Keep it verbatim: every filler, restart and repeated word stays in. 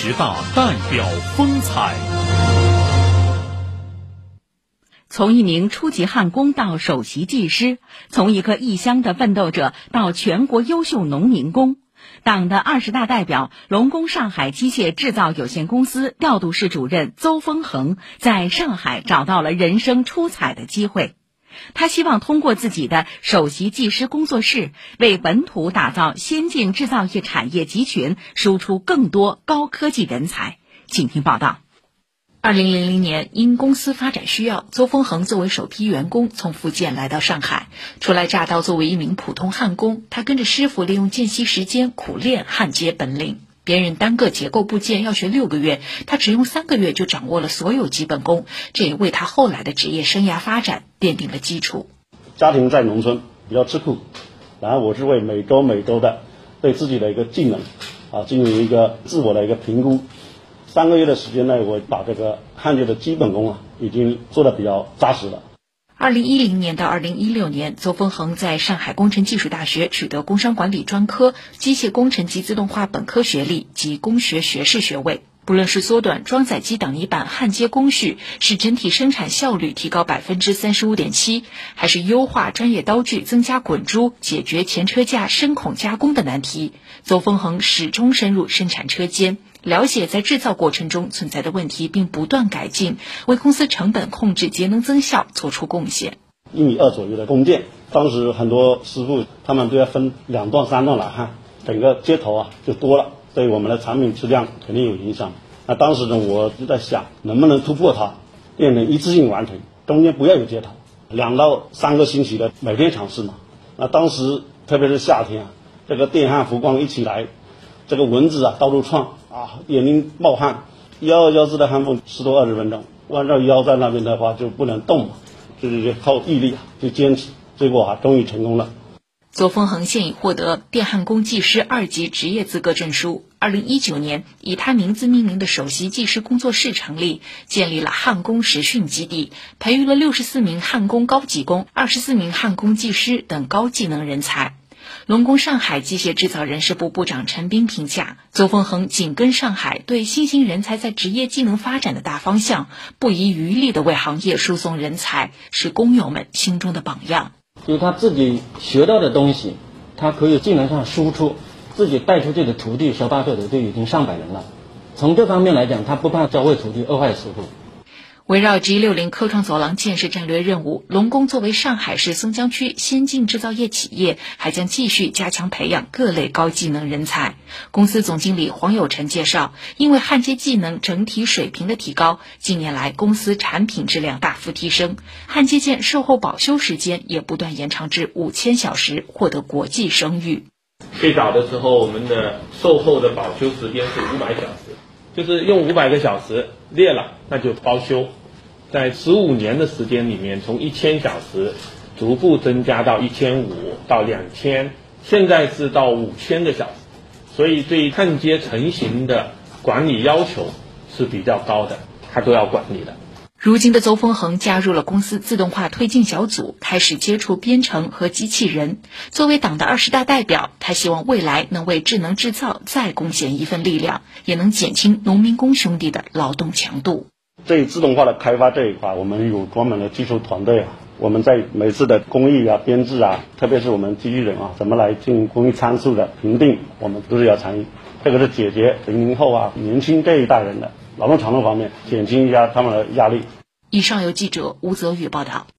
十大代表风采。 从一名初级焊工到首席技师，从一个异乡的奋斗者到全国优秀农民工，党的二十大代表、龙工上海机械制造有限公司调度室主任邹丰恒在上海找到了人生出彩的机会。他希望通过自己的首席技师工作室，为本土打造先进制造业产业集群，输出更多高科技人才。请听报道。 二零零零年，因公司发展需要，邹丰恒作为首批员工从福建来到上海。初来乍到，作为一名普通焊工，他跟着师傅利用间隙时间苦练焊接本领。别人单个结构部件要学六个月，他只用三个月就掌握了所有基本功，这也为他后来的职业生涯发展奠定了基础。 家庭在农村比较吃苦，然后我是为每周每周的对自己的一个技能啊进行一个自我的一个评估。三个月的时间内，我把这个焊接的基本功啊已经做得比较扎实了。 二零一零年到二零一六年，邹丰恒在上海工程技术大学取得工商管理专科、机械工程及自动化本科学历及工学学士学位。不论是缩短装载机挡泥板焊接工序，使整体生产效率提高 百分之三十五点七， 还是优化专业刀具增加滚珠，解决前车架深孔加工的难题，邹丰恒始终深入生产车间，了解在制造过程中存在的问题，并不断改进，为公司成本控制、节能增效做出贡献。 一米二左右的工件，当时很多师傅他们都要分两段三段来焊，整个接头啊就多了，对我们的产品质量肯定有影响。那当时呢，我就在想能不能突破它，变成一次性完成，中间不要有接头，两到三个星期的每天尝试嘛。那当时特别是夏天啊，这个电焊浮光一起来，这个蚊子啊到处窜啊，眼睛冒汗，幺二幺四的焊缝十多二十分钟，弯着腰在那边的话就不能动嘛，就是靠毅力啊，就坚持，结果啊终于成功了。 邹丰恒现已获得电焊工技师二级职业资格证书。二零一九年，以他名字命名的首席技师工作室成立，建立了焊工实训基地，培育了六十四名焊工高级工、二十四名焊工技师等高技能人才。龙工上海机械制造人事部部长陈斌评价，邹丰恒紧跟上海对新型人才在职业技能发展的大方向，不遗余力地为行业输送人才，是工友们心中的榜样。 就是他自己学到的东西，他可以技能上输出，自己带出去的徒弟手把手的就已经上百人了。从这方面来讲，他不怕教会徒弟，饿坏师傅。 围绕 G 六十 科创走廊建设战略任务，龙工作为上海市松江区先进制造业企业，还将继续加强培养各类高技能人才。公司总经理黄有成介绍，因为焊接技能整体水平的提高，近年来公司产品质量大幅提升，焊接件售后保修时间也不断延长至五千小时，获得国际声誉。 最早的时候，我们的售后的保修时间是五百小时，就是用五百个小时裂了，那就包修。在十五年的时间里面，从一千小时逐步增加到一千五到两千，现在是到五千个小时，所以对焊接成型的管理要求是比较高的，他都要管理的。 如今的邹丰恒加入了公司自动化推进小组，开始接触编程和机器人。作为党的二十大代表，他希望未来能为智能制造再贡献一份力量，也能减轻农民工兄弟的劳动强度。 对自动化的开发这一块，我们有专门的技术团队啊。我们在每次的工艺啊、编制啊，特别是我们机器人啊，怎么来进行工艺参数的评定，我们都是要参与。这个是解决零零后啊、年轻这一代人的劳动强度方面，减轻一下他们的压力。 以上由记者吴泽宇报道。